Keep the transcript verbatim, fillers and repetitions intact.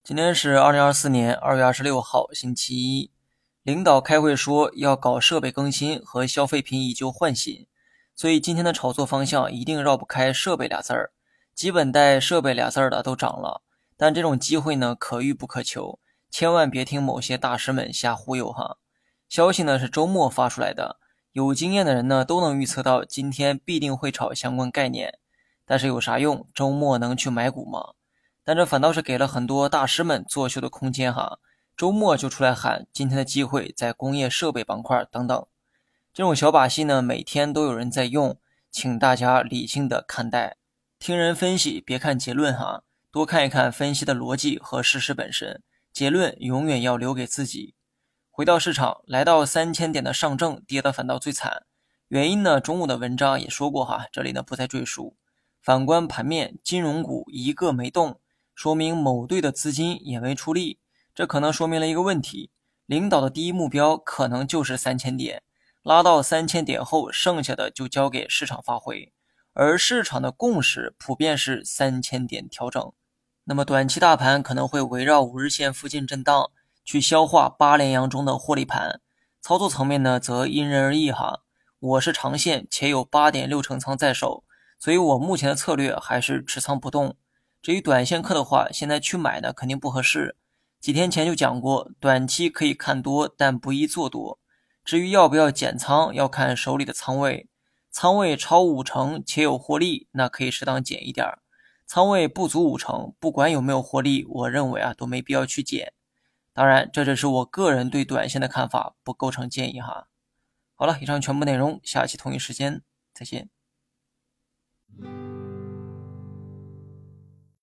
今天是二零二四年二月二十六号，星期一。领导开会说要搞设备更新和消费品以旧换新，所以今天的炒作方向一定绕不开设备俩字儿。基本带设备俩字儿的都涨了，但这种机会呢可遇不可求，千万别听某些大师们瞎忽悠哈。消息呢是周末发出来的，有经验的人呢都能预测到今天必定会炒相关概念，但是有啥用？周末能去买股吗？但这反倒是给了很多大师们作秀的空间哈，周末就出来喊今天的机会在工业设备板块等等。这种小把戏呢，每天都有人在用，请大家理性的看待，听人分析，别看结论哈，多看一看分析的逻辑和事实本身，结论永远要留给自己。回到市场，来到三千点的上证跌得反倒最惨，原因呢，中午的文章也说过哈，这里呢不再赘述。反观盘面，金融股一个没动，说明某队的资金也没出力，这可能说明了一个问题，领导的第一目标可能就是三千点，拉到三千点后，剩下的就交给市场发挥，而市场的共识普遍是三千点调整。那么短期大盘可能会围绕五日线附近震荡，去消化八连阳中的获利盘，操作层面呢则因人而异哈。我是长线且有 八点六 成仓在手，所以我目前的策略还是持仓不动。至于短线客的话，现在去买呢肯定不合适。几天前就讲过，短期可以看多，但不宜做多。至于要不要减仓，要看手里的仓位。仓位超五成且有获利，那可以适当减一点。仓位不足五成，不管有没有获利，我认为啊都没必要去减。当然，这只是我个人对短线的看法，不构成建议哈。好了，以上全部内容，下期同一时间再见。